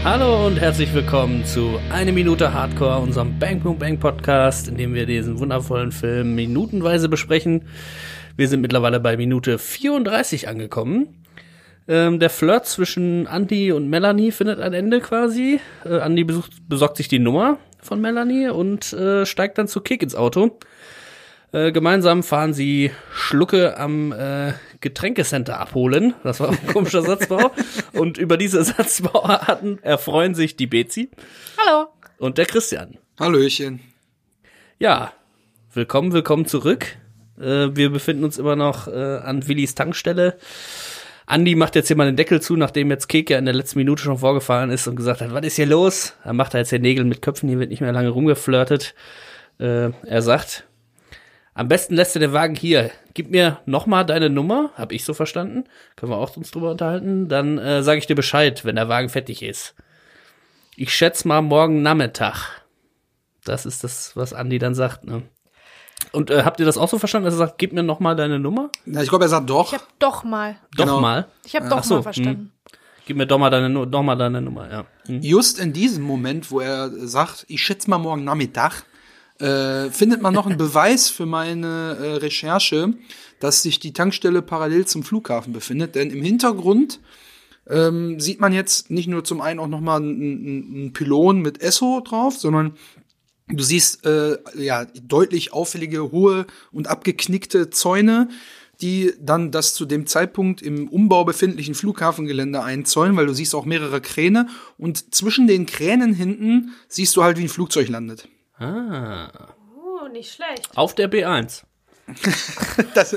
Hallo und herzlich willkommen zu Eine Minute Hardcore, unserem Bang Boom Bang Podcast, in dem wir diesen wundervollen Film minutenweise besprechen. Wir sind mittlerweile bei Minute 34 angekommen. Der Flirt zwischen Andy und Melanie findet ein Ende quasi. Andy besorgt sich die Nummer von Melanie und steigt dann zu Kick ins Auto. Gemeinsam fahren sie Schlucke am Getränkecenter abholen. Das war ein komischer Satzbau. Und über diese Satzbauarten erfreuen sich die Bezi. Hallo. Und der Christian. Hallöchen. Ja, willkommen zurück. Wir befinden uns immer noch an Willis Tankstelle. Andi macht jetzt hier mal den Deckel zu, nachdem jetzt Keke in der letzten Minute schon vorgefahren ist und gesagt hat, was ist hier los? Er macht jetzt hier Nägel mit Köpfen, hier wird nicht mehr lange rumgeflirtet. Er sagt, am besten lässt du den Wagen hier. Gib mir nochmal deine Nummer, hab ich so verstanden. Können wir auch uns drüber unterhalten. Dann sage ich dir Bescheid, wenn der Wagen fertig ist. Ich schätze mal morgen Nachmittag. Das ist das, was Andi dann sagt, ne? Und habt ihr das auch so verstanden, dass er sagt, gib mir nochmal deine Nummer? Na, ich glaube, er sagt doch. Ich hab doch mal. Doch mal? Ich hab doch mal verstanden. Gib mir doch mal deine Nummer, ja. Just in diesem Moment, wo er sagt, ich schätze mal morgen Nachmittag, findet man noch einen Beweis für meine Recherche, dass sich die Tankstelle parallel zum Flughafen befindet. Denn im Hintergrund sieht man jetzt nicht nur zum einen auch noch mal einen Pylon mit Esso drauf, sondern du siehst deutlich auffällige, hohe und abgeknickte Zäune, die dann das zu dem Zeitpunkt im Umbau befindlichen Flughafengelände einzäunen, weil du siehst auch mehrere Kräne und zwischen den Kränen hinten siehst du halt, wie ein Flugzeug landet. Ah. Oh, nicht schlecht. Auf der B1. Das,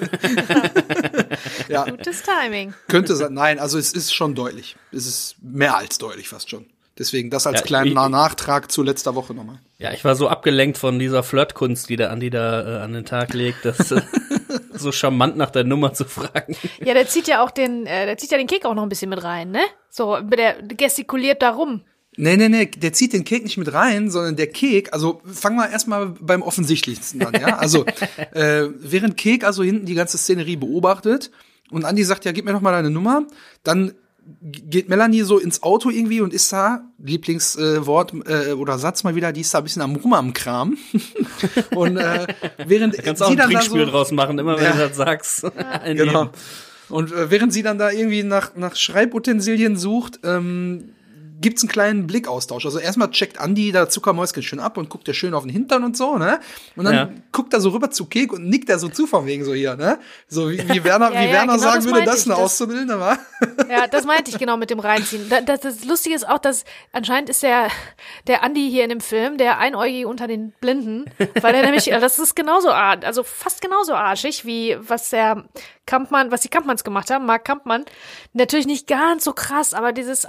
ja, Gutes Timing. könnte sein. Nein, also es ist schon deutlich. Es ist mehr als deutlich fast schon. Deswegen das als Ja, kleinen Nachtrag zu letzter Woche nochmal. Ja, ich war so abgelenkt von dieser Flirtkunst, die der Andi da an den Tag legt, dass so charmant nach der Nummer zu fragen. Ja, der zieht ja den Kick auch noch ein bisschen mit rein, ne? So, der gestikuliert da rum. Nee, der zieht den Kek nicht mit rein, sondern der Kek, also fangen wir erstmal beim Offensichtlichsten an, ja? Also, während Kek also hinten die ganze Szenerie beobachtet und Andi sagt, ja, gib mir doch mal deine Nummer, dann geht Melanie so ins Auto irgendwie und ist da, Lieblingswort oder Satz mal wieder, die ist da ein bisschen am Kram. Und während Da kannst du auch sie ein dann da Trinkspiel so, draus machen, immer wenn du das sagst. genau. Und während sie dann da irgendwie nach Schreibutensilien sucht, gibt's einen kleinen Blickaustausch. Also erstmal checkt Andi da Zuckermäuschen schön ab und guckt er schön auf den Hintern und so, ne? Und dann guckt er so rüber zu Kek und nickt er so zu von wegen so hier, ne? So wie Werner, genau, sagen das würde, meinte das ich, eine das- Auszubildende war. Ja, das meinte ich genau mit dem Reinziehen. Das Lustige ist auch, dass anscheinend ist der Andi hier in dem Film der Einäugige unter den Blinden, weil er nämlich, das ist genauso also fast genauso arschig, wie was die Kampmanns gemacht haben, Mark Kampmann. Natürlich nicht ganz so krass, aber dieses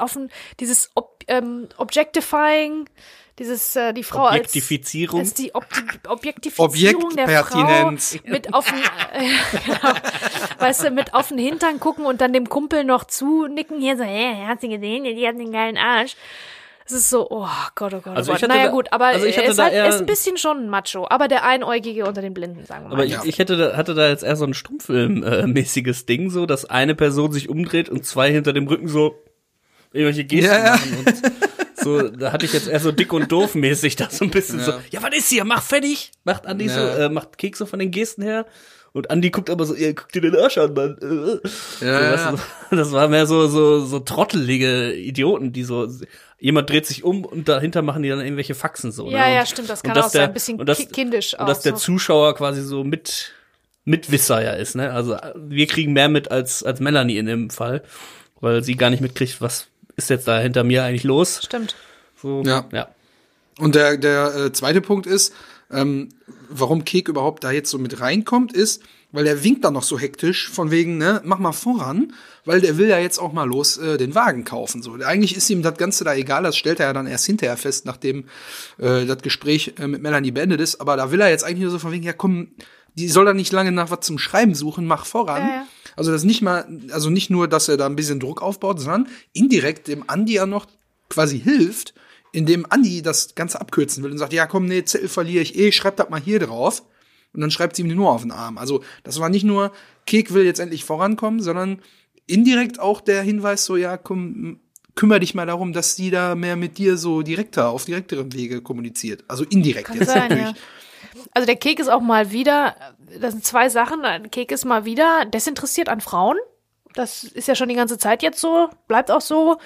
Objectifying, die Frau Objektifizierung. als die Objektifizierung der Frau Objektpertinenz. mit auf den, genau, weißt du, mit auf den Hintern gucken und dann dem Kumpel noch zunicken, hier so, hey, hast du gesehen, die hat einen geilen Arsch. Es ist so, oh Gott, oh Gott, oh Also Gott. ich hatte Naja da- gut, aber also ich hatte er ist, da halt, er eher- ist ein bisschen schon ein Macho, aber der Einäugige unter den Blinden, sagen wir mal. Aber ich hatte da jetzt eher so ein Stummfilm-mäßiges Ding, so, dass eine Person sich umdreht und zwei hinter dem Rücken so irgendwelche Gesten machen und so, da hatte ich jetzt eher so dick und doof mäßig da so ein bisschen so, ja, was ist hier, mach fertig, macht Andi so, macht Keks so von den Gesten her und Andi guckt aber so, guck dir den Arsch an, Mann. Weißt du, das war mehr so trottelige Idioten, die so, jemand dreht sich um und dahinter machen die dann irgendwelche Faxen so. Ja, ne? ja, Und- stimmt, das und kann dass auch sein, ein bisschen kindisch und auch. dass der so. Zuschauer quasi so Mitwisser ja ist, ne? Also wir kriegen mehr mit als Melanie in dem Fall, weil sie gar nicht mitkriegt, was ist jetzt da hinter mir eigentlich los. Stimmt. So, Ja. Und der zweite Punkt ist, warum Kek überhaupt da jetzt so mit reinkommt, ist, weil der winkt dann noch so hektisch, von wegen, ne, mach mal voran, weil der will ja jetzt auch mal los den Wagen kaufen. So, eigentlich ist ihm das Ganze da egal, das stellt er ja dann erst hinterher fest, nachdem das Gespräch mit Melanie beendet ist, aber da will er jetzt eigentlich nur so von wegen, ja komm, die soll da nicht lange nach was zum Schreiben suchen, mach voran. Ja. Also das nicht nur, dass er da ein bisschen Druck aufbaut, sondern indirekt dem Andi ja noch quasi hilft, indem Andi das Ganze abkürzen will und sagt, ja komm, nee, Zettel verliere ich schreib das mal hier drauf. Und dann schreibt sie ihm nur auf den Arm. Also das war nicht nur, Kek will jetzt endlich vorankommen, sondern indirekt auch der Hinweis so, ja komm, kümmere dich mal darum, dass die da mehr mit dir so auf direkterem Wege kommuniziert. Also indirekt Kann jetzt sein, natürlich. ja. Also der Kek ist auch mal wieder, das sind zwei Sachen, der Kek ist mal wieder desinteressiert an Frauen. Das ist ja schon die ganze Zeit jetzt so, bleibt auch so.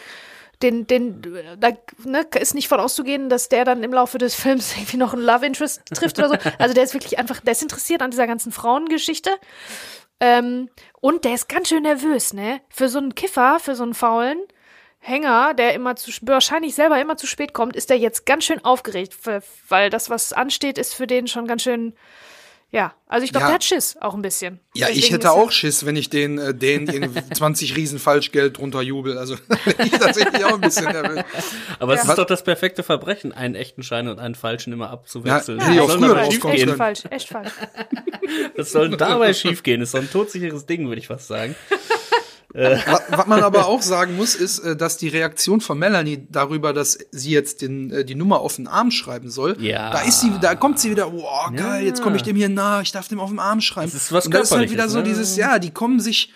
Da ist nicht von auszugehen, dass der dann im Laufe des Films irgendwie noch einen Love Interest trifft oder so. Also der ist wirklich einfach desinteressiert an dieser ganzen Frauengeschichte. Und der ist ganz schön nervös, ne? Für so einen Kiffer, für so einen faulen Hänger, der wahrscheinlich selber immer zu spät kommt, ist der jetzt ganz schön aufgeregt, weil das, was ansteht, ist für den schon ganz schön. Ja, also ich glaube, der hat Schiss auch ein bisschen. Ja, Deswegen ich hätte auch Schiss, wenn ich den irgendwie 20 Riesen Falschgeld drunter jubel. Also ich tatsächlich auch ein bisschen nervös. Aber es ist doch das perfekte Verbrechen, einen echten Schein und einen falschen immer abzuwechseln. Ja, hätte ich auch früher drauf echt kommen können. falsch, echt falsch. Das soll dabei schiefgehen. Ist so ein todsicheres Ding, würde ich fast sagen. Was man aber auch sagen muss, ist, dass die Reaktion von Melanie darüber, dass sie jetzt die Nummer auf den Arm schreiben soll, da kommt sie wieder, wow, geil, jetzt komme ich dem hier nah, ich darf dem auf den Arm schreiben. Das ist was und das ist halt wieder Körperliches, so ne? die kommen sich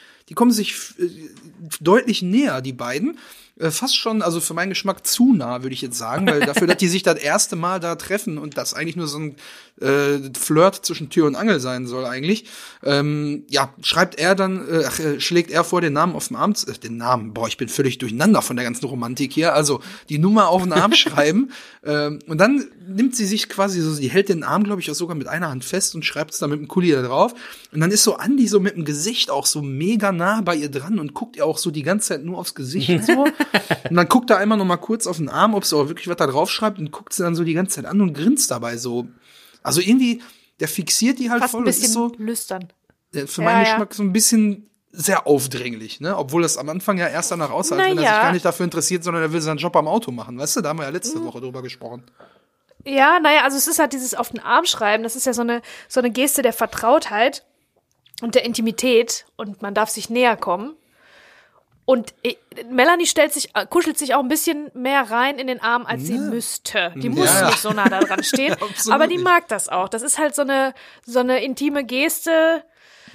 deutlich näher, die beiden. Fast schon, also für meinen Geschmack zu nah, würde ich jetzt sagen, weil dafür, dass die sich das erste Mal da treffen und das eigentlich nur so ein Flirt zwischen Tür und Angel sein soll eigentlich, schreibt er dann, schlägt er vor, den Namen auf dem Arm, den Namen, ich bin völlig durcheinander von der ganzen Romantik hier, also die Nummer auf den Arm schreiben und dann nimmt sie sich quasi so, sie hält den Arm, glaube ich, auch sogar mit einer Hand fest und schreibt es dann mit dem Kuli da drauf und dann ist so Andi so mit dem Gesicht auch so mega nah bei ihr dran und guckt ihr auch so die ganze Zeit nur aufs Gesicht so. Und dann guckt er einmal noch mal kurz auf den Arm, ob sie auch wirklich was da drauf schreibt und guckt sie dann so die ganze Zeit an und grinst dabei so. Also irgendwie, der fixiert die halt Fast voll. ein bisschen ist so, lüstern. für meinen Geschmack so ein bisschen sehr aufdringlich, ne? Obwohl das am Anfang ja erst danach aussah, als wenn er sich gar nicht dafür interessiert, sondern er will seinen Job am Auto machen. Weißt du, da haben wir ja letzte Woche drüber gesprochen. Ja, also es ist halt dieses auf den Arm schreiben, das ist ja so eine Geste der Vertrautheit und der Intimität und man darf sich näher kommen. Und Melanie kuschelt sich auch ein bisschen mehr rein in den Arm, als sie müsste. Die muss nicht so nah da dran stehen. Aber die mag das auch. Das ist halt so eine intime Geste.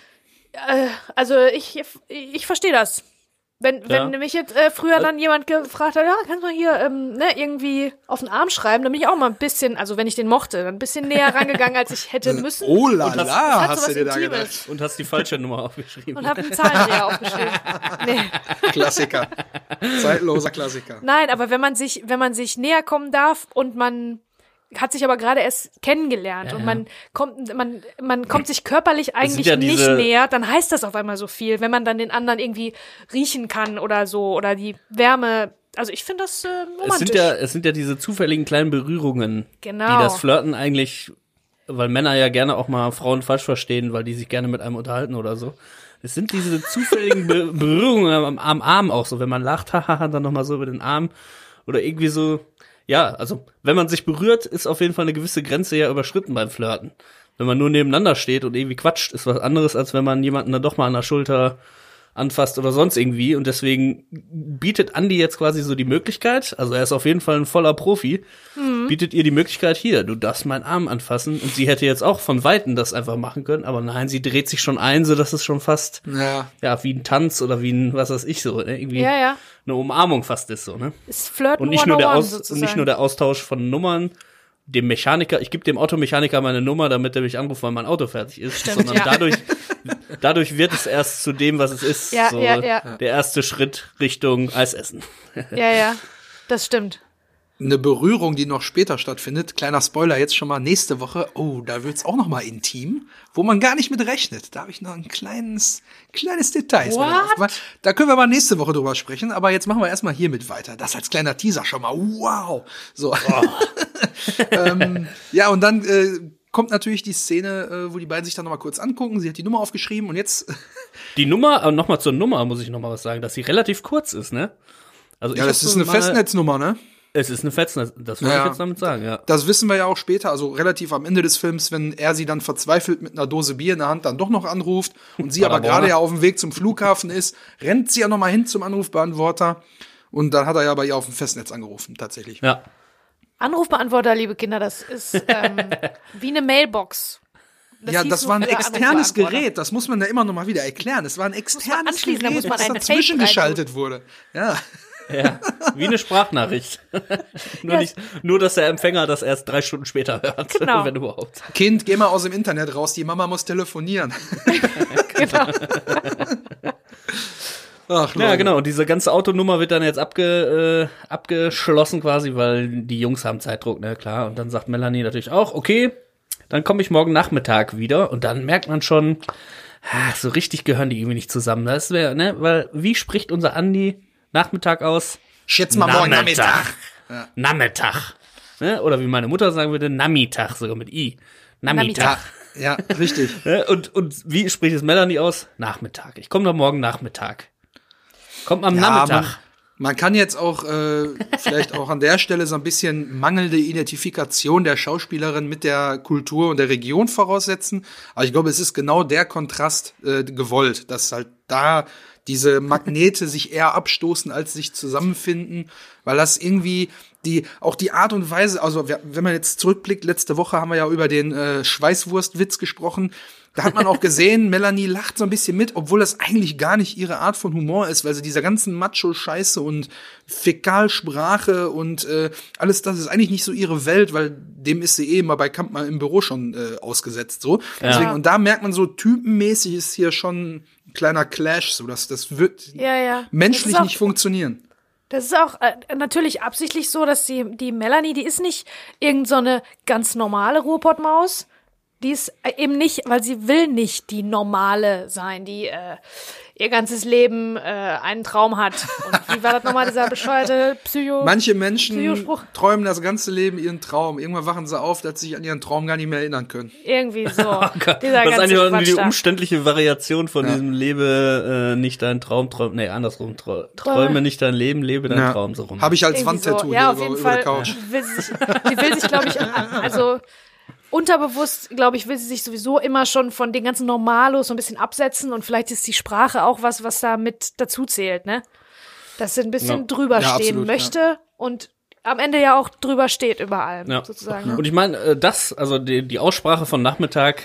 Also ich verstehe das. Wenn mich jetzt früher dann jemand gefragt hat, ja, kannst du mal hier irgendwie auf den Arm schreiben, dann bin ich auch mal ein bisschen, also wenn ich den mochte, dann ein bisschen näher rangegangen, als ich hätte müssen. Oh la la, hast du dir da Intimes. gedacht. Und hast die falsche Nummer aufgeschrieben. Und habe einen Zahlendreher aufgeschrieben. Nee. Klassiker. Zeitloser Klassiker. Nein, aber wenn man sich näher kommen darf und man hat sich aber gerade erst kennengelernt und man kommt sich körperlich eigentlich nicht näher, dann heißt das auf einmal so viel, wenn man dann den anderen irgendwie riechen kann oder so oder die Wärme. Also ich finde das romantisch. Es sind ja diese zufälligen kleinen Berührungen, genau, die das Flirten eigentlich, weil Männer ja gerne auch mal Frauen falsch verstehen, weil die sich gerne mit einem unterhalten oder so. Es sind diese zufälligen Berührungen am Arm auch so, wenn man lacht, haha, dann nochmal so über den Arm oder irgendwie so. Ja, also wenn man sich berührt, ist auf jeden Fall eine gewisse Grenze ja überschritten beim Flirten. Wenn man nur nebeneinander steht und irgendwie quatscht, ist was anderes, als wenn man jemanden dann doch mal an der Schulter anfasst oder sonst irgendwie. Und deswegen bietet Andi jetzt quasi so die Möglichkeit, also er ist auf jeden Fall ein voller Profi, bietet ihr die Möglichkeit, hier, du darfst meinen Arm anfassen. Und sie hätte jetzt auch von Weitem das einfach machen können, aber nein, sie dreht sich schon ein, so dass es schon fast wie ein Tanz oder wie ein, was weiß ich so, ne? Irgendwie eine Umarmung fast ist so, ne? Ist Flirten und nicht nur der Austausch Austausch von Nummern, dem Mechaniker, ich gebe dem Automechaniker meine Nummer, damit er mich anruft, weil mein Auto fertig ist, sondern dadurch wird es erst zu dem, was es ist. Der erste Schritt Richtung Eisessen. Ja, das stimmt. Eine Berührung, die noch später stattfindet, kleiner Spoiler jetzt schon mal, nächste Woche, da wird's auch noch mal intim, wo man gar nicht mit rechnet. Da habe ich noch ein kleines Detail. Da können wir mal nächste Woche drüber sprechen, aber jetzt machen wir erstmal hiermit weiter. Das als kleiner Teaser schon mal, wow. So. Und dann kommt natürlich die Szene, wo die beiden sich dann noch mal kurz angucken. Sie hat die Nummer aufgeschrieben und jetzt die Nummer, noch mal zur Nummer muss ich noch mal was sagen, dass sie relativ kurz ist, ne? Also das ist eine Festnetznummer, ne? Es ist eine Festnetz, das wollte ich jetzt damit sagen, ja. Das wissen wir ja auch später, also relativ am Ende des Films, wenn er sie dann verzweifelt mit einer Dose Bier in der Hand dann doch noch anruft und sie aber gerade ja auf dem Weg zum Flughafen ist, rennt sie ja noch mal hin zum Anrufbeantworter und dann hat er ja bei ihr auf dem Festnetz angerufen, tatsächlich. Ja. Anrufbeantworter, liebe Kinder, das ist wie eine Mailbox. Das war ein externes Gerät, das muss man ja immer noch mal wieder erklären. Es war ein externes Gerät, da muss man das dazwischen geschaltet wurde. Ja. Ja, wie eine Sprachnachricht. Nur, dass der Empfänger das erst 3 Stunden später hört, Genau. wenn überhaupt. Kind, geh mal aus dem Internet raus, die Mama muss telefonieren. Genau. Ach, Ja, Leute. genau. Und diese ganze Autonummer wird dann jetzt abgeschlossen quasi, weil die Jungs haben Zeitdruck, ne, klar. Und dann sagt Melanie natürlich auch, okay, dann komme ich morgen Nachmittag wieder. Und dann merkt man schon, so richtig gehören die irgendwie nicht zusammen. Das wäre, ne, weil wie spricht unser Andi Nachmittag aus? Schätz mal morgen Nachmittag. Nachmittag. Ne? Oder wie meine Mutter sagen würde, Nachmittag, sogar mit I. Nachmittag. Ja, richtig. Ne? Und wie spricht es Melanie aus? Nachmittag. Ich komme doch morgen Nachmittag. Kommt am Nachmittag. Man kann jetzt auch vielleicht auch an der Stelle so ein bisschen mangelnde Identifikation der Schauspielerin mit der Kultur und der Region voraussetzen. Aber ich glaube, es ist genau der Kontrast gewollt, dass halt da diese Magnete sich eher abstoßen, als sich zusammenfinden, weil das irgendwie auch die Art und Weise, also wenn man jetzt zurückblickt, letzte Woche haben wir ja über den Schweißwurstwitz gesprochen. Da hat man auch gesehen, Melanie lacht so ein bisschen mit, obwohl das eigentlich gar nicht ihre Art von Humor ist, weil sie dieser ganzen Macho-Scheiße und Fäkalsprache und alles das ist eigentlich nicht so ihre Welt, weil dem ist sie mal bei Kampmann im Büro schon ausgesetzt. So. Ja. Deswegen, und da merkt man so, typenmäßig ist hier schon ein kleiner Clash, so dass das wird menschlich das nicht funktionieren. Das ist auch natürlich absichtlich so, dass die Melanie, die ist nicht irgend so eine ganz normale Ruhrpottmaus. Die ist eben nicht, weil sie will nicht die normale sein, die ihr ganzes Leben einen Traum hat. Und wie war das nochmal, dieser bescheuerte Manche Menschen Psychospruch? träumen das ganze Leben ihren Traum. Irgendwann wachen sie auf, dass sie sich an ihren Traum gar nicht mehr erinnern können. Irgendwie so. Oh Gott. Das ist eigentlich auch die umständliche Variation von diesem Lebe nicht dein Traum, andersrum. Träume nicht dein Leben, lebe dein Traum, so rum. Habe ich als Wandtattoo hier über Fall, der Couch. Die will sich, glaube ich, also unterbewusst, glaube ich, will sie sich sowieso immer schon von den ganzen Normalos so ein bisschen absetzen und vielleicht ist die Sprache auch was da mit dazu zählt, ne? Dass sie ein bisschen drüber stehen absolut, möchte und am Ende ja auch drüber steht über allem, sozusagen. Und ich meine, also die Aussprache von Nachmittag,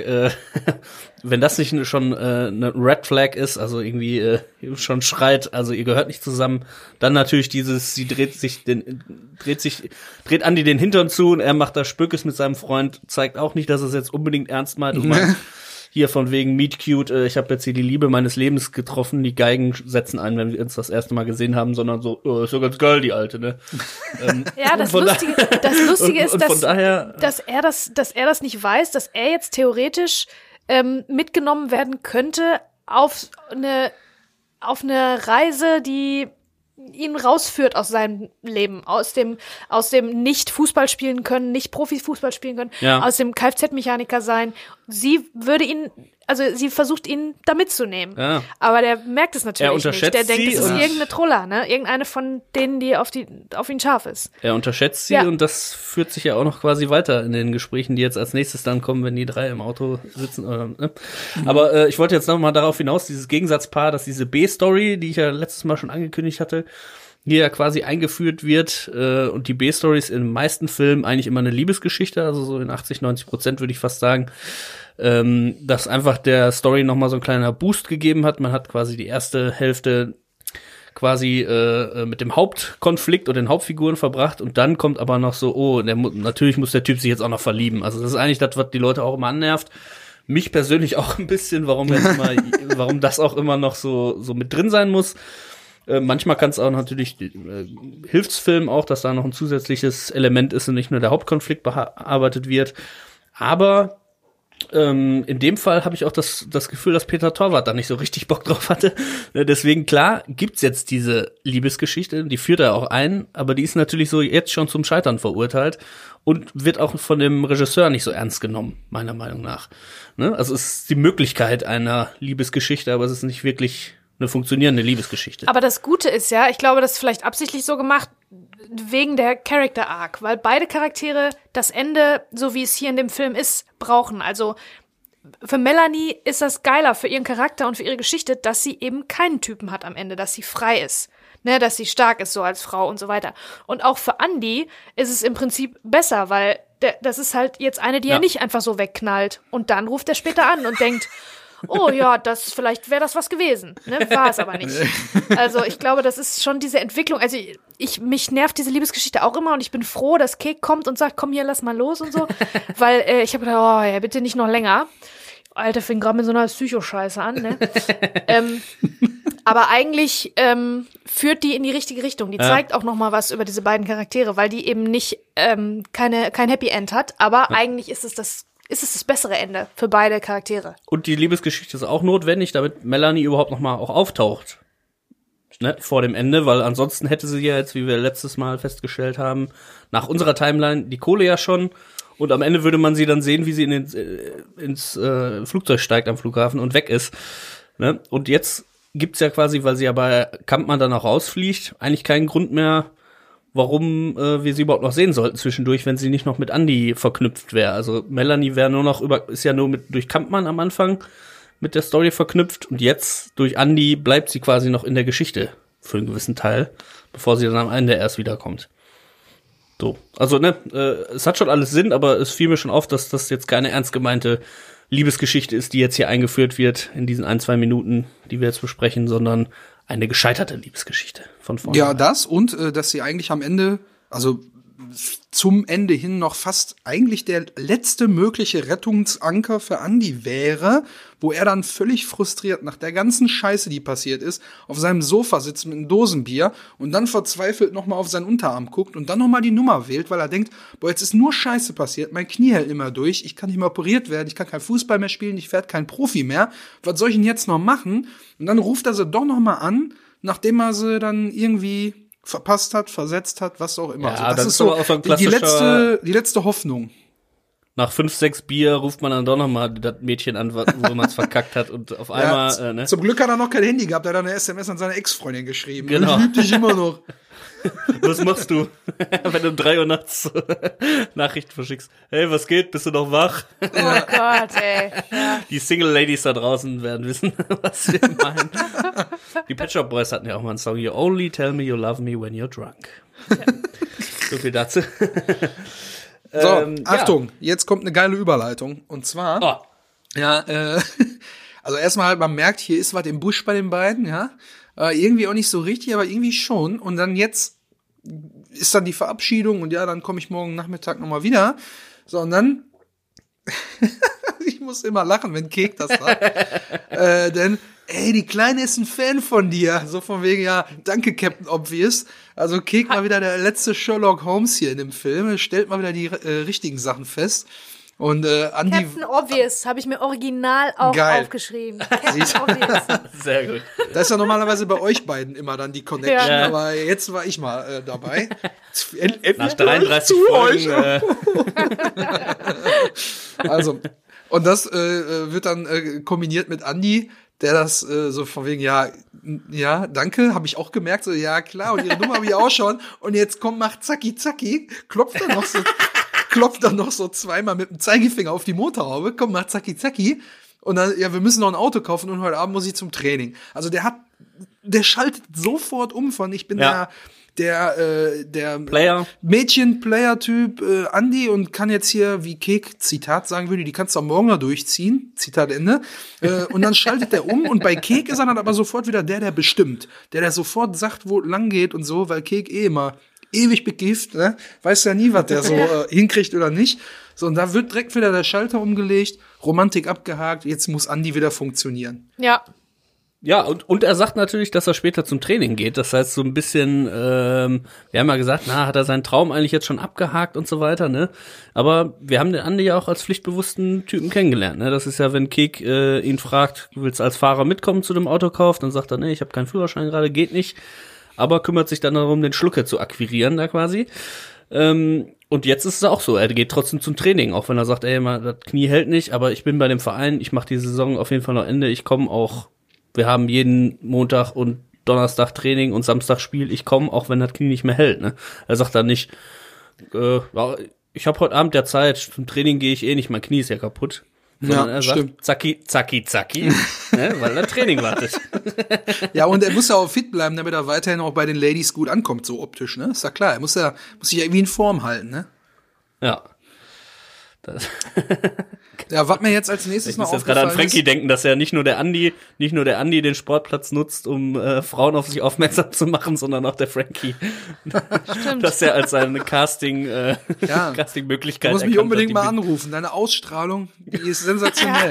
wenn das nicht schon eine Red Flag ist, also irgendwie schon schreit, also ihr gehört nicht zusammen, dann natürlich sie dreht Andi den Hintern zu und er macht da Spökes mit seinem Freund, zeigt auch nicht, dass er es jetzt unbedingt ernst meint und meint, hier von wegen Meet Cute, ich habe jetzt hier die Liebe meines Lebens getroffen, die Geigen setzen ein, wenn wir uns das erste Mal gesehen haben, sondern so, ist ja ganz geil, die Alte, ne? Ja, das Lustige ist, dass er das nicht weiß, dass er jetzt theoretisch mitgenommen werden könnte auf eine Reise, die ihn rausführt aus seinem Leben, aus dem nicht Fußball spielen können, nicht Profifußball spielen können, aus dem Kfz-Mechaniker sein. Sie versucht ihn da mitzunehmen. Ja. Aber der merkt es natürlich nicht. Der denkt, es ist irgendeine Troller, ne? Irgendeine von denen, die auf ihn scharf ist. Er unterschätzt sie und das führt sich ja auch noch quasi weiter in den Gesprächen, die jetzt als nächstes dann kommen, wenn die 3 im Auto sitzen. Ne? Aber ich wollte jetzt noch mal darauf hinaus, dieses Gegensatzpaar, dass diese B-Story, die ich ja letztes Mal schon angekündigt hatte, hier ja quasi eingeführt wird und die B-Stories in den meisten Filmen eigentlich immer eine Liebesgeschichte, also so in 80-90% würde ich fast sagen, dass einfach der Story nochmal so ein kleiner Boost gegeben hat. Man hat quasi die erste Hälfte quasi mit dem Hauptkonflikt und den Hauptfiguren verbracht und dann kommt aber noch so, natürlich muss der Typ sich jetzt auch noch verlieben. Also das ist eigentlich das, was die Leute auch immer annervt. Mich persönlich auch ein bisschen, warum das auch immer noch so mit drin sein muss. Manchmal kann es auch natürlich Hilfsfilm auch, dass da noch ein zusätzliches Element ist und nicht nur der Hauptkonflikt bearbeitet wird. Aber in dem Fall habe ich auch das Gefühl, dass Peter Torwart da nicht so richtig Bock drauf hatte. Deswegen, klar, gibt's jetzt diese Liebesgeschichte, die führt er auch ein, aber die ist natürlich so jetzt schon zum Scheitern verurteilt und wird auch von dem Regisseur nicht so ernst genommen, meiner Meinung nach. Ne? Also es ist die Möglichkeit einer Liebesgeschichte, aber es ist nicht wirklich eine funktionierende Liebesgeschichte. Aber das Gute ist ja, ich glaube, das ist vielleicht absichtlich so gemacht, wegen der Character Arc, weil beide Charaktere das Ende, so wie es hier in dem Film ist, brauchen. Also für Melanie ist das geiler für ihren Charakter und für ihre Geschichte, dass sie eben keinen Typen hat am Ende, dass sie frei ist, ne, dass sie stark ist so als Frau und so weiter. Und auch für Andi ist es im Prinzip besser, weil das ist halt jetzt eine, die er nicht einfach so wegknallt. Und dann ruft er später an und denkt, oh ja, vielleicht wäre das was gewesen. Ne? War es aber nicht. Also ich glaube, das ist schon diese Entwicklung. Also mich nervt diese Liebesgeschichte auch immer und ich bin froh, dass Kek kommt und sagt, komm hier, lass mal los und so. Weil ich habe gedacht, oh ja, bitte nicht noch länger. Alter, fing gerade mit so einer Psychoscheiße an, ne? Aber eigentlich führt die in die richtige Richtung. Die zeigt auch noch mal was über diese beiden Charaktere, weil die eben nicht kein Happy End hat. Aber eigentlich ist es das bessere Ende für beide Charaktere. Und die Liebesgeschichte ist auch notwendig, damit Melanie überhaupt noch mal auch auftaucht. Ne? Vor dem Ende, weil ansonsten hätte sie ja jetzt, wie wir letztes Mal festgestellt haben, nach unserer Timeline die Kohle ja schon. Und am Ende würde man sie dann sehen, wie sie ins Flugzeug steigt am Flughafen und weg ist. Ne? Und jetzt gibt's ja quasi, weil sie ja bei Kampmann dann auch rausfliegt, eigentlich keinen Grund mehr, warum wir sie überhaupt noch sehen sollten zwischendurch, wenn sie nicht noch mit Andy verknüpft wäre. Also Melanie wäre nur noch ist ja nur durch Kampmann am Anfang mit der Story verknüpft und jetzt durch Andy bleibt sie quasi noch in der Geschichte für einen gewissen Teil, bevor sie dann am Ende erst wiederkommt. So, also es hat schon alles Sinn, aber es fiel mir schon auf, dass das jetzt keine ernst gemeinte Liebesgeschichte ist, die jetzt hier eingeführt wird in diesen 1-2 Minuten, die wir jetzt besprechen, sondern eine gescheiterte Liebesgeschichte von vorne. Ja, das und dass sie eigentlich am Ende, also zum Ende hin noch fast eigentlich der letzte mögliche Rettungsanker für Andy wäre, wo er dann völlig frustriert nach der ganzen Scheiße, die passiert ist, auf seinem Sofa sitzt mit einem Dosenbier und dann verzweifelt nochmal auf seinen Unterarm guckt und dann nochmal die Nummer wählt, weil er denkt, boah, jetzt ist nur Scheiße passiert, mein Knie hält immer durch, ich kann nicht mehr operiert werden, ich kann kein Fußball mehr spielen, ich werde kein Profi mehr, was soll ich denn jetzt noch machen? Und dann ruft er sie doch nochmal an, nachdem er sie dann irgendwie verpasst hat, versetzt hat, was auch immer. Ja, also das ist aber auch so ein klassischer, die letzte Hoffnung. Nach 5-6 Bier ruft man dann doch noch mal das Mädchen an, wo man es verkackt hat und auf einmal, Ja, ne? Zum Glück hat er noch kein Handy gehabt, er hat eine SMS an seine Ex-Freundin geschrieben. Genau. Ich lieb dich immer noch. Was machst du, wenn du um 3 Uhr nachts Nachrichten verschickst? Hey, was geht? Bist du noch wach? Oh Gott, ey. Ja. Die Single-Ladies da draußen werden wissen, was wir meinen. Die Pet Shop Boys hatten ja auch mal einen Song, You only tell me you love me when you're drunk. Ja. So viel dazu. So, Achtung, jetzt kommt eine geile Überleitung. Und zwar, also erstmal halt, man merkt, hier ist was im Busch bei den beiden, ja. Irgendwie auch nicht so richtig, aber irgendwie schon. Und dann jetzt ist dann die Verabschiedung und ja, dann komme ich morgen Nachmittag nochmal wieder. So, und dann ich muss immer lachen, wenn Kek das sagt. Denn, ey, die Kleine ist ein Fan von dir. So von wegen, ja, danke, Captain Obvious. Also Kek mal wieder der letzte Sherlock Holmes hier in dem Film. Stellt mal wieder die richtigen Sachen fest. Und Andy, Captain Obvious habe ich mir original auch aufgeschrieben. Captain Obvious. Sehr gut. das ist ja normalerweise bei euch beiden immer dann die Connection, Ja. aber jetzt war ich mal dabei. Nach 33 Folgen. Also, und das wird dann kombiniert mit Andy, der das so von wegen, ja, danke, habe ich auch gemerkt, so, ja, klar, und ihre Nummer habe ich auch schon. Und jetzt macht zacki, zacki, klopft dann noch so zweimal mit dem Zeigefinger auf die Motorhaube, macht zacki, zacki. Und dann, ja, wir müssen noch ein Auto kaufen und heute Abend muss ich zum Training. Also der schaltet sofort um von, ich bin der Player. Mädchen-Player-Typ Andy und kann jetzt hier, wie Kek Zitat sagen würde, die kannst du am Morgen noch durchziehen, Zitat Ende, und dann schaltet der um und bei Kek ist er dann aber sofort wieder der bestimmt, der sofort sagt, wo lang geht und so, weil Kek immer ewig bekifft, ne? Weiß ja nie, was der so hinkriegt oder nicht. So, und da wird direkt wieder der Schalter umgelegt, Romantik abgehakt, jetzt muss Andy wieder funktionieren. Ja. Ja, und er sagt natürlich, dass er später zum Training geht. Das heißt, so ein bisschen, wir haben ja gesagt, hat er seinen Traum eigentlich jetzt schon abgehakt und so weiter, ne? Aber wir haben den Andi ja auch als pflichtbewussten Typen kennengelernt, ne? Das ist ja, wenn Kek ihn fragt, du willst als Fahrer mitkommen zu dem Autokauf, dann sagt er, nee, ich habe keinen Führerschein gerade, geht nicht. Aber kümmert sich dann darum, den Schlucker zu akquirieren da quasi. Und jetzt ist es auch so, er geht trotzdem zum Training, auch wenn er sagt, ey, das Knie hält nicht, aber ich bin bei dem Verein, ich mache die Saison auf jeden Fall noch Ende, ich komme auch. Wir haben jeden Montag und Donnerstag Training und Samstag Spiel. Ich komme, auch wenn das Knie nicht mehr hält. Ne? Er sagt dann nicht, ich habe heute Abend ja Zeit, zum Training gehe ich eh nicht, mein Knie ist ja kaputt. Sondern er sagt, zacki, zacki, zacki, ne? Weil er Training wartet. Ja, und er muss ja auch fit bleiben, damit er weiterhin auch bei den Ladies gut ankommt, so optisch. Ne? Ist ja klar, er muss sich ja irgendwie in Form halten. Ne? Ja. Ja, was mir jetzt als nächstes Ich noch muss jetzt gerade an aufgefallen Frankie ist, denken, dass ja nicht nur der Andi den Sportplatz nutzt, um Frauen auf sich aufmerksam zu machen, sondern auch der Frankie. Stimmt. Dass er als seine du Casting-Möglichkeit musst mich erkannt unbedingt hat, mal die- anrufen. Deine Ausstrahlung, die ist sensationell.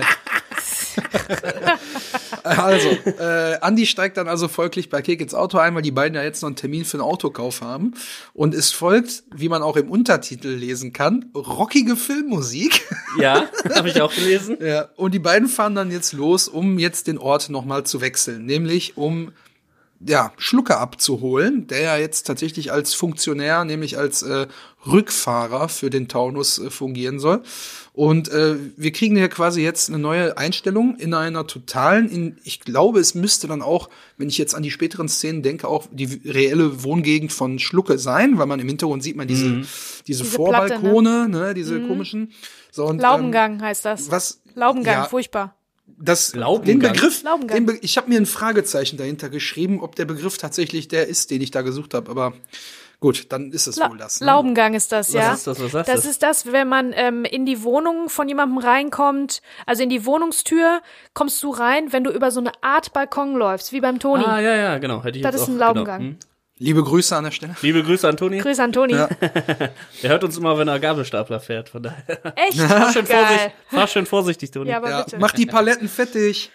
Also, Andi steigt dann also folglich bei Kek ins Auto ein, weil die beiden ja jetzt noch einen Termin für einen Autokauf haben. Und es folgt, wie man auch im Untertitel lesen kann, rockige Filmmusik. Ja, habe ich auch gelesen. Ja, und die beiden fahren dann jetzt los, um jetzt den Ort nochmal zu wechseln. Nämlich um Schlucker abzuholen, der ja jetzt tatsächlich als Funktionär, nämlich als Rückfahrer für den Taunus fungieren soll. Und wir kriegen ja quasi jetzt eine neue Einstellung in einer totalen, ich glaube, es müsste dann auch, wenn ich jetzt an die späteren Szenen denke, auch die reelle Wohngegend von Schlucke sein, weil man im Hintergrund sieht man diese Vorbalkone, Platte, ne, diese komischen. So, und, Laubengang heißt das. Laubengang, ja, furchtbar. Den Begriff, Laubengang. ich habe mir ein Fragezeichen dahinter geschrieben, ob der Begriff tatsächlich der ist, den ich da gesucht habe, aber gut, dann ist es wohl das. Ne? Laubengang ist das, ja. Was ist das? Was heißt Das ist das, wenn man in die Wohnung von jemandem reinkommt, also in die Wohnungstür kommst du rein, wenn du über so eine Art Balkon läufst, wie beim Toni. Ah, ja, genau. Hätte ich Das jetzt ist auch, ein Laubengang. Genau. Liebe Grüße an der Stelle. Liebe Grüße an Toni. Grüße an Toni. Ja. Der hört uns immer, wenn er Gabelstapler fährt. Von daher. Echt? Fahr schön vorsichtig, Toni. Ja, aber Ja, bitte. mach die Paletten fettig.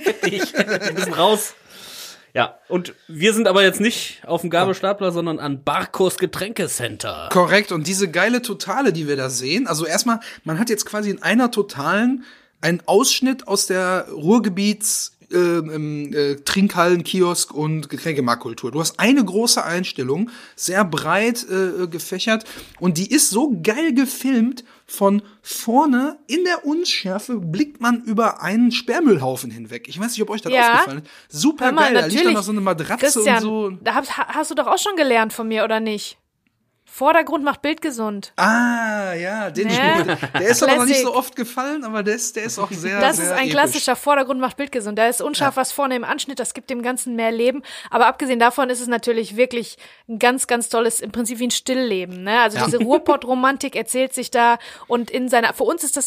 Wir müssen raus. Ja, und wir sind aber jetzt nicht auf dem Gabelstapler, sondern an Barkos Getränkecenter. Korrekt, und diese geile Totale, die wir da sehen, also erstmal, man hat jetzt quasi in einer Totalen einen Ausschnitt aus der Ruhrgebiets Trinkhallen, Kiosk und Getränkemarktkultur. Du hast eine große Einstellung, sehr breit gefächert, und die ist so geil gefilmt. Von vorne in der Unschärfe blickt man über einen Sperrmüllhaufen hinweg. Ich weiß nicht, ob euch das aufgefallen ist. Super Hör mal, geil, da liegt dann natürlich. noch so eine Matratze Christian, und so. da hast du doch auch schon gelernt von mir, oder nicht? Vordergrund macht Bild gesund. Ah, ja, der ist aber noch nicht so oft gefallen, aber der ist auch sehr, Das sehr ist ein episch. klassischer Vordergrund macht Bild gesund. Da ist unscharf was vorne im Anschnitt, das gibt dem Ganzen mehr Leben. Aber abgesehen davon ist es natürlich wirklich ein ganz, ganz tolles, im Prinzip wie ein Stillleben. Ne? Also diese Ruhrpott-Romantik erzählt sich da, und für uns ist das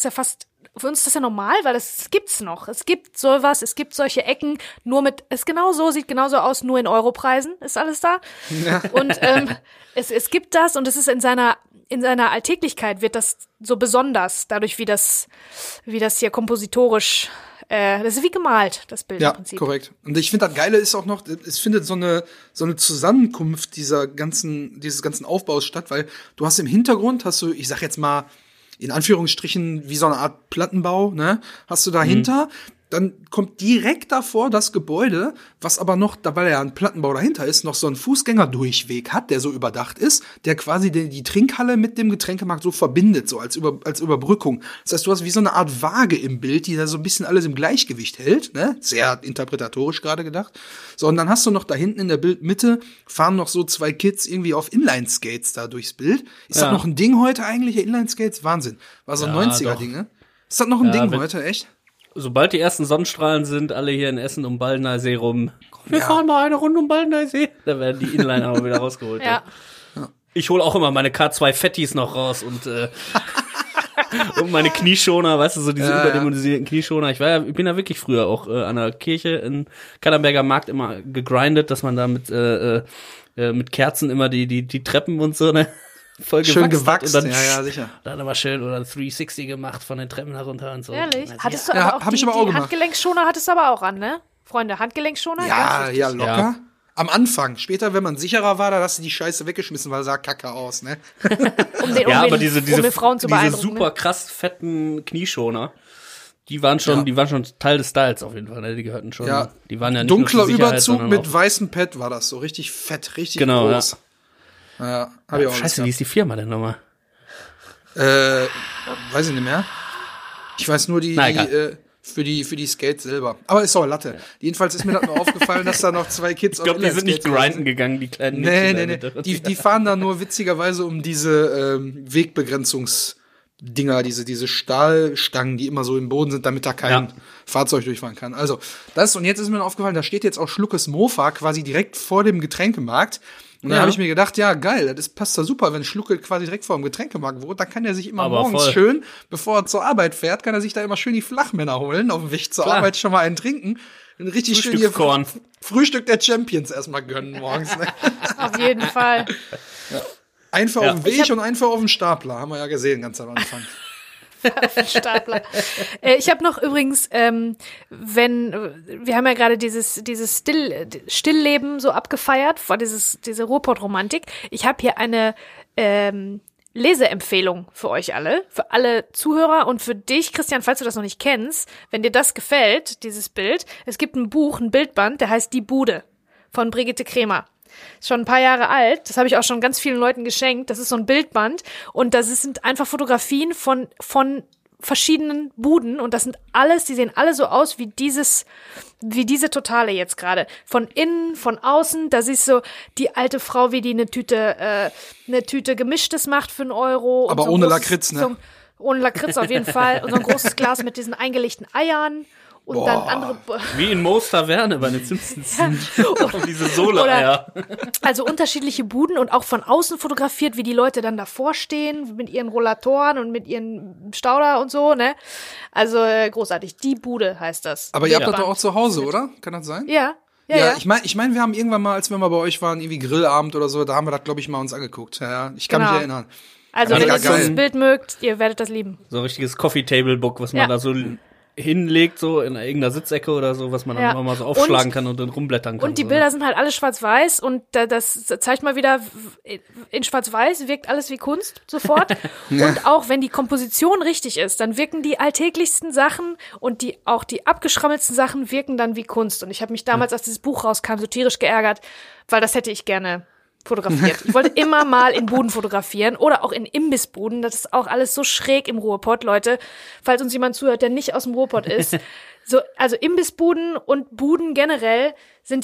ja normal, weil das gibt's noch. Es gibt sowas, es gibt solche Ecken, sieht genauso aus, nur in Europreisen ist alles da. Ja. Und es gibt das, und es ist in seiner Alltäglichkeit wird das so besonders, dadurch wie das hier kompositorisch, das ist wie gemalt, das Bild im Prinzip. Ja, korrekt. Und ich finde, das Geile ist auch noch, es findet so eine Zusammenkunft dieses ganzen Aufbaus statt, weil du hast im Hintergrund, ich sag jetzt mal, in Anführungsstrichen wie so eine Art Plattenbau, ne? Hast du dahinter, dann kommt direkt davor das Gebäude, was aber noch, weil ja ein Plattenbau dahinter ist, noch so einen Fußgängerdurchweg hat, der so überdacht ist, der quasi die Trinkhalle mit dem Getränkemarkt so verbindet, so als Überbrückung. Das heißt, du hast wie so eine Art Waage im Bild, die da so ein bisschen alles im Gleichgewicht hält, ne? Sehr interpretatorisch gerade gedacht. So, und dann hast du noch da hinten in der Bildmitte, fahren noch so zwei Kids irgendwie auf Inline-Skates da durchs Bild. Ist das noch ein Ding heute eigentlich, Inline-Skates? Wahnsinn. War so ein 90er-Ding, ne? Ist das noch ein Ding heute, echt? Sobald die ersten Sonnenstrahlen sind, alle hier in Essen um Baldeneysee rum. Wir fahren mal eine Runde um Baldeneysee. Da werden die Inliner aber wieder rausgeholt. Ja. Ich hole auch immer meine K2 Fettis noch raus und meine Knieschoner, weißt du, so diese überdimensionierten Knieschoner. Ich bin ja wirklich früher auch an der Kirche in Kannenberger Markt immer gegrindet, dass man da mit Kerzen immer die Treppen und so, ne? Voll schön gewachst gewachst, und dann, ja, sicher. Dann aber schön oder 360 gemacht von den Treppen herunter und so. Ehrlich? Also, Hattest du Ja, aber auch hab ich aber auch die gemacht. Handgelenkschoner hattest du aber auch an, ne? Freunde, Handgelenkschoner? Ja, Ganz ja, wichtig. locker. Ja. Am Anfang. Später, wenn man sicherer war, da hast du die Scheiße weggeschmissen, weil es sah kacke aus, ne? Um die Frauen zu diese beeindrucken. super krass fetten Knieschoner, die waren schon Teil des Styles auf jeden Fall, ne? Die gehörten schon, Ja. die waren ja nicht Dunkler nur zur Sicherheit, Überzug sondern mit auch, weißem Pad war das so. Richtig fett, richtig Genau, groß. Ja, hab ich auch Scheiße, wie ist die Firma denn nochmal? weiß ich nicht mehr. Ich weiß nur für die Skates selber. Aber ist auch Latte. Jedenfalls ist mir das nur aufgefallen, dass da noch zwei Kids Ich glaube, die sind nicht Inline-Skates grinden gegangen, die kleinen Nee. Mädchen. Die fahren da nur witzigerweise um diese Wegbegrenzungsdinger, diese Stahlstangen, die immer so im Boden sind, damit da kein Fahrzeug durchfahren kann. Also, und jetzt ist mir aufgefallen, da steht jetzt auch Schluckes Mofa quasi direkt vor dem Getränkemarkt. Und dann habe ich mir gedacht, ja, geil, das passt da super, wenn Schlucke quasi direkt vor dem Getränkemarkt wohnt, dann kann er sich immer morgens schön, bevor er zur Arbeit fährt, kann er sich da immer schön die Flachmänner holen, auf dem Weg zur Arbeit schon mal einen trinken. Ein richtig schön hier Frühstück der Champions erstmal gönnen morgens. Ne? Auf jeden Fall. Ja. Einfach auf dem Weg und einfach auf dem Stapler, haben wir ja gesehen ganz am Anfang. Auf den Stapler. Ich habe noch übrigens, wir haben ja gerade dieses Stillleben so abgefeiert, vor diese Ruhrpott-Romantik. Ich habe hier eine Leseempfehlung für euch alle, für alle Zuhörer und für dich, Christian, falls du das noch nicht kennst, wenn dir das gefällt, dieses Bild. Es gibt ein Buch, ein Bildband, der heißt Die Bude von Brigitte Kremer. Ist schon ein paar Jahre alt. Das habe ich auch schon ganz vielen Leuten geschenkt. Das ist so ein Bildband. Und das sind einfach Fotografien von verschiedenen Buden. Und das sind alles, die sehen alle so aus wie diese Totale jetzt gerade. Von innen, von außen. Da siehst du die alte Frau, wie die eine Tüte Gemischtes macht für 1 Euro. Aber so ohne Lakritz, ne? So, ohne Lakritz auf jeden Fall. Und so ein großes Glas mit diesen eingelegten Eiern. Und dann andere. Wie in Moos Taverne bei den Simpsons. Diese Sohle-Eier. Also unterschiedliche Buden und auch von außen fotografiert, wie die Leute dann davor stehen, mit ihren Rollatoren und mit ihren Stauder und so, ne? Also großartig. Die Bude heißt das. Aber ihr habt das doch auch zu Hause, oder? Kann das sein? Ja. Ja. Ich meine, wir haben irgendwann mal, als wir mal bei euch waren, irgendwie Grillabend oder so, da haben wir das, glaube ich, mal uns angeguckt. Ja, ich kann mich erinnern. Also, wenn ihr dieses Bild mögt, ihr werdet das lieben. So ein richtiges Coffee-Table-Book, was man da so hinlegt, so in irgendeiner Sitzecke oder so, was man dann immer mal so aufschlagen kann und dann rumblättern kann. Und die Bilder sind halt alle schwarz-weiß und das zeigt mal wieder, in schwarz-weiß wirkt alles wie Kunst sofort. Und auch wenn die Komposition richtig ist, dann wirken die alltäglichsten Sachen und auch die abgeschrammelsten Sachen wirken dann wie Kunst. Und ich habe mich damals, als dieses Buch rauskam, so tierisch geärgert, weil das hätte ich gerne fotografiert. Ich wollte immer mal in Buden fotografieren oder auch in Imbissbuden. Das ist auch alles so schräg im Ruhrpott, Leute. Falls uns jemand zuhört, der nicht aus dem Ruhrpott ist. Also Imbissbuden und Buden generell haben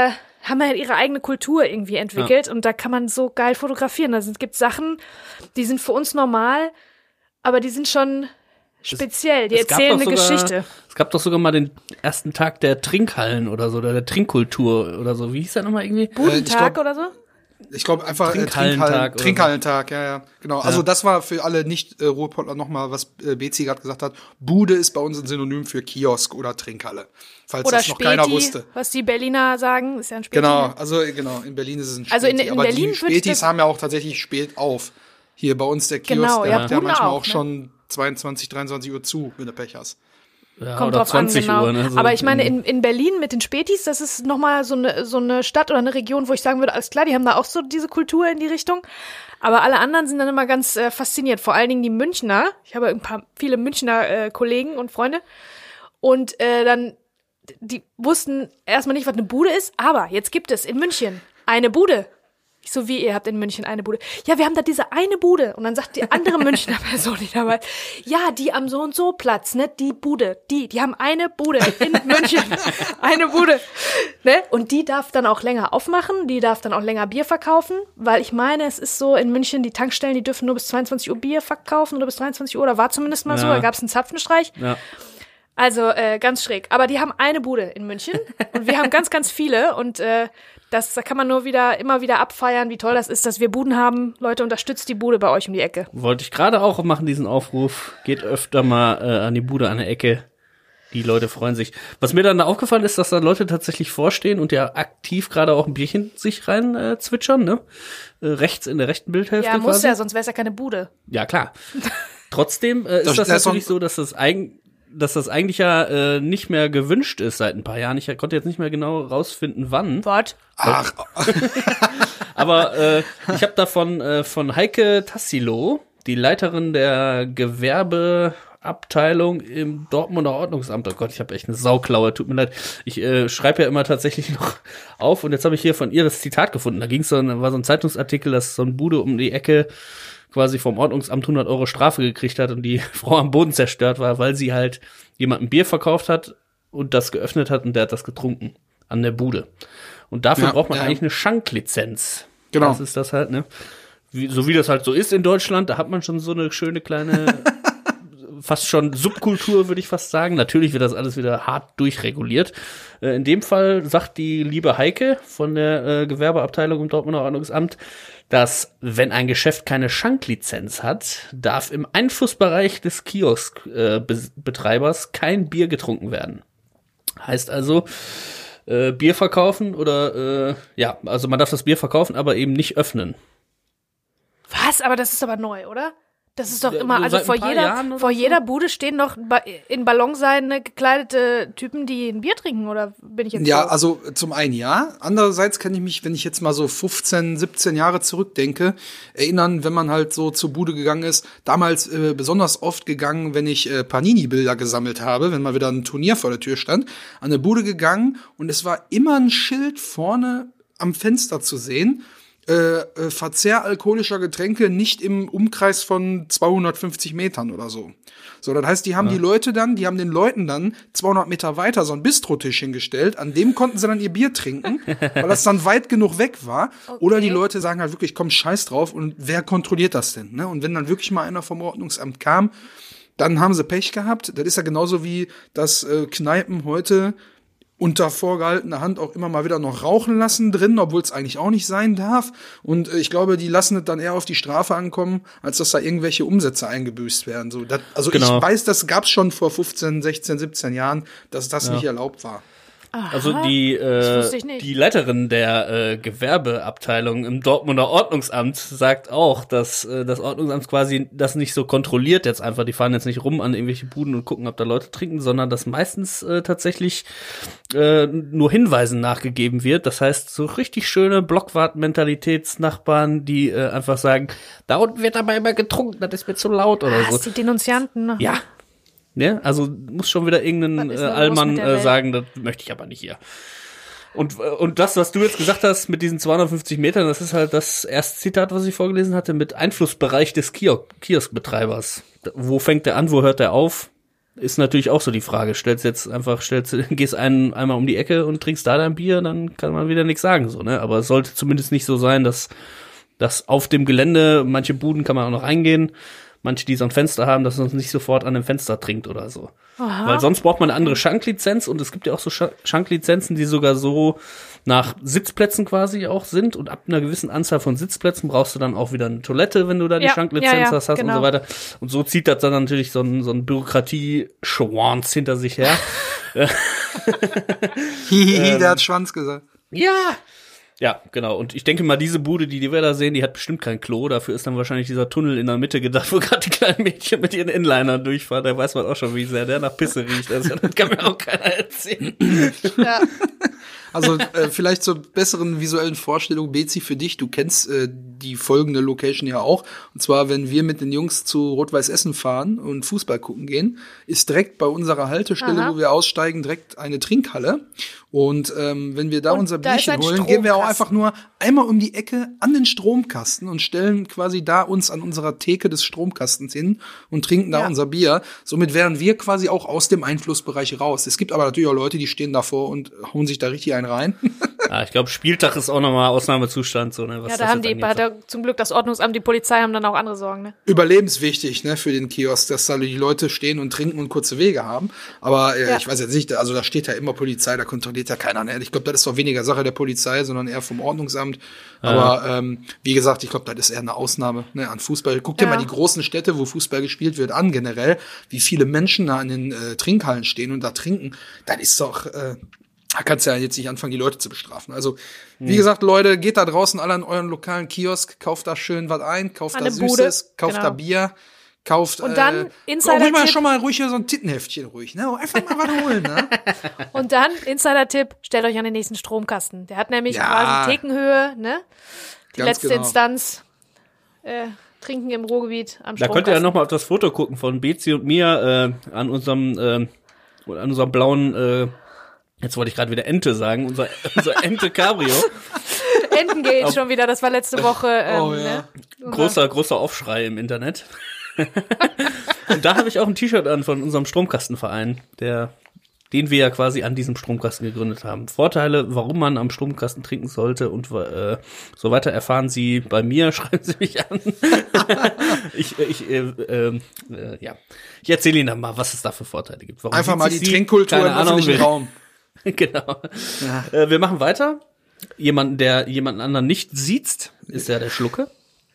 ja ihre eigene Kultur irgendwie entwickelt und da kann man so geil fotografieren. Es gibt Sachen, die sind für uns normal, aber die sind schon speziell. Die erzählen eine Geschichte. Es gab doch sogar mal den ersten Tag der Trinkhallen oder so, oder der Trinkkultur oder so. Wie hieß der nochmal irgendwie? Budentag oder so? Ich glaube einfach Trinkhallentag, ja. Genau. Ja. Also das war für alle Nicht-Ruhrpottler nochmal, was Bezi gerade gesagt hat. Bude ist bei uns ein Synonym für Kiosk oder Trinkhalle. Falls oder das noch keiner wusste. Was die Berliner sagen, ist ja ein Späti. Genau, in Berlin ist es ein Späti. Also in aber Berlin die Spätis haben ja auch tatsächlich spät auf. Hier bei uns der Kiosk, der hat ja manchmal auch schon 22, 23 Uhr zu, wenn du Pech hast. Ja, kommt oder drauf 20 an, genau. Uhr. Ne? So aber ich meine, in Berlin mit den Spätis, das ist nochmal so eine Stadt oder eine Region, wo ich sagen würde, alles klar, die haben da auch so diese Kultur in die Richtung. Aber alle anderen sind dann immer ganz fasziniert. Vor allen Dingen die Münchner. Ich habe viele Münchner Kollegen und Freunde. Und dann, die wussten erstmal nicht, was eine Bude ist. Aber jetzt gibt es in München eine Bude. So wie ihr habt in München eine Bude. Ja, wir haben da diese eine Bude. Und dann sagt die andere Münchner Person, die dabei, ja, die am so und so Platz, ne, die Bude, die haben eine Bude in München. Eine Bude, ne? Und die darf dann auch länger aufmachen, die darf dann auch länger Bier verkaufen, weil ich meine, es ist so in München, die Tankstellen, die dürfen nur bis 22 Uhr Bier verkaufen oder bis 23 Uhr, oder war zumindest mal so, da gab es einen Zapfenstreich. Ja. Also ganz schräg. Aber die haben eine Bude in München und wir haben ganz, ganz viele und da kann man nur immer wieder abfeiern, wie toll das ist, dass wir Buden haben. Leute, unterstützt die Bude bei euch um die Ecke. Wollte ich gerade auch machen, diesen Aufruf. Geht öfter mal an die Bude an der Ecke. Die Leute freuen sich. Was mir dann da aufgefallen ist, dass da Leute tatsächlich vorstehen und ja aktiv gerade auch ein Bierchen sich rein zwitschern, ne? Rechts in der rechten Bildhälfte ja, muss quasi. ja, sonst wäre es ja keine Bude. Ja, klar. Trotzdem ist das natürlich so, dass das eigentlich ja nicht mehr gewünscht ist seit ein paar Jahren. Ich konnte jetzt nicht mehr genau rausfinden, wann. Was? Ach. Aber ich habe da von Heike Tassilo, die Leiterin der Gewerbeabteilung im Dortmunder Ordnungsamt. Oh Gott, ich habe echt eine Sauklaue, tut mir leid. Ich schreibe ja immer tatsächlich noch auf und jetzt habe ich hier von ihr das Zitat gefunden. Da war so ein Zeitungsartikel, dass so ein Bude um die Ecke quasi vom Ordnungsamt 100 Euro Strafe gekriegt hat und die Frau am Boden zerstört war, weil sie halt jemandem Bier verkauft hat und das geöffnet hat und der hat das getrunken an der Bude. Und dafür braucht man eigentlich eine Schanklizenz. Genau. Das ist das halt, ne? So wie das halt so ist in Deutschland, da hat man schon so eine schöne kleine fast schon Subkultur, würde ich fast sagen. Natürlich wird das alles wieder hart durchreguliert. In dem Fall sagt die liebe Heike von der Gewerbeabteilung im Dortmunder Ordnungsamt, dass, wenn ein Geschäft keine Schanklizenz hat, darf im Einflussbereich des Kioskbetreibers kein Bier getrunken werden. Heißt also, Bier verkaufen oder, also man darf das Bier verkaufen, aber eben nicht öffnen. Was? Aber das ist aber neu, oder? Das ist doch immer, so also seit ein paar Jahren vor oder jeder so? Bude stehen noch in Ballonseide gekleidete Typen, die ein Bier trinken, oder bin ich jetzt Ja, so? also zum einen ja. Andererseits kann ich mich, wenn ich jetzt mal so 15, 17 Jahre zurückdenke, erinnern, wenn man halt so zur Bude gegangen ist. Damals besonders oft gegangen, wenn ich Panini-Bilder gesammelt habe, wenn mal wieder ein Turnier vor der Tür stand, an eine Bude gegangen und es war immer ein Schild vorne am Fenster zu sehen. Verzehr alkoholischer Getränke nicht im Umkreis von 250 Metern oder so. So, das heißt, die haben den Leuten dann 200 Meter weiter so einen Bistrotisch hingestellt, an dem konnten sie dann ihr Bier trinken, weil das dann weit genug weg war. Okay. Oder die Leute sagen halt wirklich, komm, scheiß drauf, und wer kontrolliert das denn? Ne? Und wenn dann wirklich mal einer vom Ordnungsamt kam, dann haben sie Pech gehabt. Das ist ja genauso wie, dass Kneipen heute unter vorgehaltener Hand auch immer mal wieder noch rauchen lassen drin, obwohl es eigentlich auch nicht sein darf. Und ich glaube, die lassen es dann eher auf die Strafe ankommen, als dass da irgendwelche Umsätze eingebüßt werden. So, Genau. Ich weiß, das gab's schon vor 15, 16, 17 Jahren, dass das nicht erlaubt war. Aha, Also das wusste ich nicht. die Leiterin der Gewerbeabteilung im Dortmunder Ordnungsamt sagt auch, dass das Ordnungsamt quasi das nicht so kontrolliert jetzt einfach. Die fahren jetzt nicht rum an irgendwelche Buden und gucken, ob da Leute trinken, sondern dass meistens tatsächlich nur Hinweisen nachgegeben wird. Das heißt, so richtig schöne Blockwart-Mentalitätsnachbarn, die einfach sagen, da unten wird aber immer getrunken, das ist mir zu laut oder so. Die Denunzianten. Ja. Ja, also muss schon wieder irgendein Was ist denn los Allmann mit der Welt? sagen, das möchte ich aber nicht hier. Und das, was du jetzt gesagt hast mit diesen 250 Metern, das ist halt das erste Zitat, was ich vorgelesen hatte, mit Einflussbereich des Kioskbetreibers. Wo fängt der an, wo hört der auf? Ist natürlich auch so die Frage. Gehst einmal um die Ecke und trinkst da dein Bier, dann kann man wieder nichts sagen, so, ne? Aber es sollte zumindest nicht so sein, dass auf dem Gelände, manche Buden kann man auch noch reingehen, manche, die so ein Fenster haben, dass man es nicht sofort an dem Fenster trinkt oder so. Aha. Weil sonst braucht man eine andere Schanklizenz, und es gibt ja auch so Schanklizenzen, die sogar so nach Sitzplätzen quasi auch sind, und ab einer gewissen Anzahl von Sitzplätzen brauchst du dann auch wieder eine Toilette, wenn du da die Ja, Schanklizenz ja, hast und genau. so weiter. Und so zieht das dann natürlich so ein Bürokratie-Schwanz hinter sich her. Der hat Schwanz gesagt. Ja, genau. Und ich denke mal, diese Bude, die wir da sehen, die hat bestimmt kein Klo. Dafür ist dann wahrscheinlich dieser Tunnel in der Mitte gedacht, wo gerade die kleinen Mädchen mit ihren Inlinern durchfahren. Da weiß man auch schon, wie sehr der nach Pisse riecht. Also, das kann mir auch keiner erzählen. Ja. Also vielleicht zur besseren visuellen Vorstellung, Bezi, für dich, du kennst die folgende Location ja auch. Und zwar, wenn wir mit den Jungs zu Rot-Weiß Essen fahren und Fußball gucken gehen, ist direkt bei unserer Haltestelle, wo wir aussteigen, direkt eine Trinkhalle. Und wenn wir da unser da ist Bierchen ein holen, gehen wir auch Stromkasten. einfach nur einmal um die Ecke an den Stromkasten und stellen quasi da uns an unserer Theke des Stromkastens hin und trinken da Ja. unser Bier. Somit wären wir quasi auch aus dem Einflussbereich raus. Es gibt aber natürlich auch Leute, die stehen davor und hauen sich da richtig einen rein. Ja, ich glaube, Spieltag ist auch nochmal Ausnahmezustand, so, ne? Was Ja, das da haben jetzt hat angeht. ja zum Glück das Ordnungsamt, die Polizei haben dann auch andere Sorgen, ne? Überlebenswichtig, ne, für den Kiosk, dass da die Leute stehen und trinken und kurze Wege haben. Aber Ja. ich weiß jetzt nicht, also da steht ja immer Polizei, da kontrolliert ja keiner. Ne? Ich glaube, das ist doch weniger Sache der Polizei, sondern eher vom Ordnungsamt. Aber wie gesagt, ich glaube, das ist eher eine Ausnahme, ne, an Fußball. Guck dir Ja. mal die großen Städte, wo Fußball gespielt wird, an generell, wie viele Menschen da an den Trinkhallen stehen und da trinken. Das ist doch da kannst du ja jetzt nicht anfangen, die Leute zu bestrafen. Also, wie gesagt, Leute, geht da draußen alle an euren lokalen Kiosk, kauft da schön was ein, kauft An da eine Bude, Süßes, kauft genau. da Bier, kauft Und dann Insider-Tipp. ruhig mal schon mal ruhig hier so ein Tittenheftchen ruhig, ne? Einfach mal was holen, ne? Und dann, Insider-Tipp, stellt euch an den nächsten Stromkasten. Der hat nämlich Ja. quasi Thekenhöhe, ne? Die Ganz letzte genau. Instanz. Trinken im Ruhrgebiet am Da Stromkasten. könnt ihr ja nochmal auf das Foto gucken von Bezi und mir an unserem blauen, jetzt wollte ich gerade wieder Ente sagen, unser Ente Cabrio. Entengate schon wieder, das war letzte Woche. Oh, ja. Ne? Großer Aufschrei im Internet. Und da habe ich auch ein T-Shirt an von unserem Stromkastenverein, der den wir ja quasi an diesem Stromkasten gegründet haben. Vorteile, warum man am Stromkasten trinken sollte und so weiter erfahren Sie bei mir. Schreiben Sie mich an. Ich erzähle Ihnen dann mal, was es da für Vorteile gibt. Warum Einfach mal die Sie? Trinkkultur im Keine Ahnung, öffentlichen Raum. Genau. Ja. Wir machen weiter. Jemanden, der jemanden anderen nicht sieht, ist ja der Schlucke.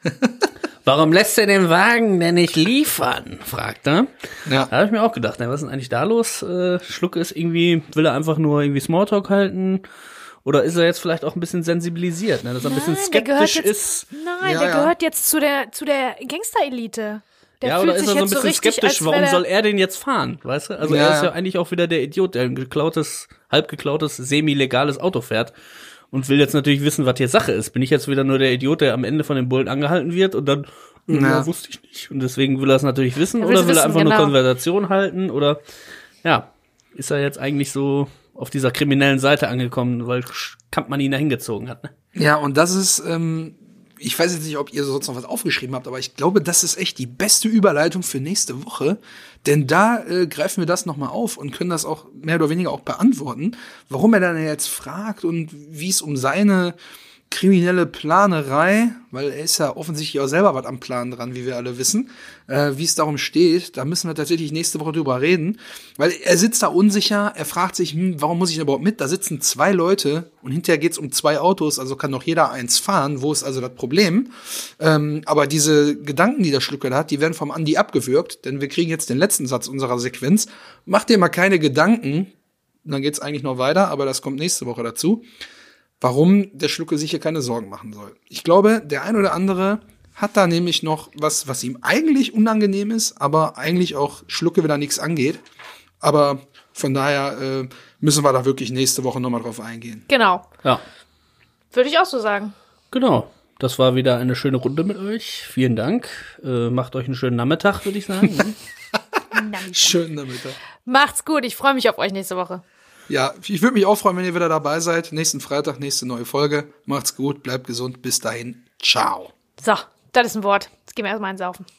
Warum lässt er den Wagen denn nicht liefern? Fragt er. Ja. Da habe ich mir auch gedacht, was ist denn eigentlich da los? Schlucke ist irgendwie, will er einfach nur irgendwie Smalltalk halten? Oder ist er jetzt vielleicht auch ein bisschen sensibilisiert, ne? Dass er ein bisschen skeptisch ist? Nein, der gehört jetzt zu der Gangster-Elite. Der Ja, fühlt oder ist sich er so ein jetzt bisschen richtig, skeptisch? als Warum wär soll er den jetzt fahren? Weißt du? Also Ja, er ist ja. ja eigentlich auch wieder der Idiot, der ein halb geklautes, semi-legales Auto fährt. Und will jetzt natürlich wissen, was hier Sache ist. Bin ich jetzt wieder nur der Idiot, der am Ende von den Bullen angehalten wird und dann, wusste ich nicht. Und deswegen will er es natürlich wissen. Er Oder will's will er wissen, einfach nur genau. Konversation halten? Oder, ja, ist er jetzt eigentlich so auf dieser kriminellen Seite angekommen, weil Kampmann ihn da hingezogen hat, ne? Ja, und das ist, ich weiß jetzt nicht, ob ihr sonst noch was aufgeschrieben habt, aber ich glaube, das ist echt die beste Überleitung für nächste Woche. Denn da greifen wir das nochmal auf und können das auch mehr oder weniger auch beantworten, warum er dann jetzt fragt und wie es um seine kriminelle Planerei, weil er ist ja offensichtlich auch selber was am Plan dran, wie wir alle wissen, wie es darum steht, da müssen wir tatsächlich nächste Woche drüber reden, weil er sitzt da unsicher, er fragt sich, warum muss ich denn überhaupt mit? Da sitzen 2 Leute und hinterher geht's um 2 Autos, also kann doch jeder eins fahren, wo ist also das Problem? Aber diese Gedanken, die der Schlucker hat, die werden vom Andi abgewürgt, denn wir kriegen jetzt den letzten Satz unserer Sequenz. Mach dir mal keine Gedanken, dann geht's eigentlich noch weiter, aber das kommt nächste Woche dazu. Warum der Schlucke sich hier keine Sorgen machen soll. Ich glaube, der ein oder andere hat da nämlich noch was ihm eigentlich unangenehm ist, aber eigentlich auch Schlucke wieder nichts angeht. Aber von daher müssen wir da wirklich nächste Woche nochmal drauf eingehen. Genau. Ja. Würde ich auch so sagen. Genau. Das war wieder eine schöne Runde mit euch. Vielen Dank. Macht euch einen schönen Nachmittag, würde ich sagen. Schön damit. Macht's gut. Ich freue mich auf euch nächste Woche. Ja, ich würde mich auch freuen, wenn ihr wieder dabei seid. Nächsten Freitag, nächste neue Folge. Macht's gut, bleibt gesund. Bis dahin. Ciao. So, das ist ein Wort. Jetzt gehen wir erstmal einsaufen.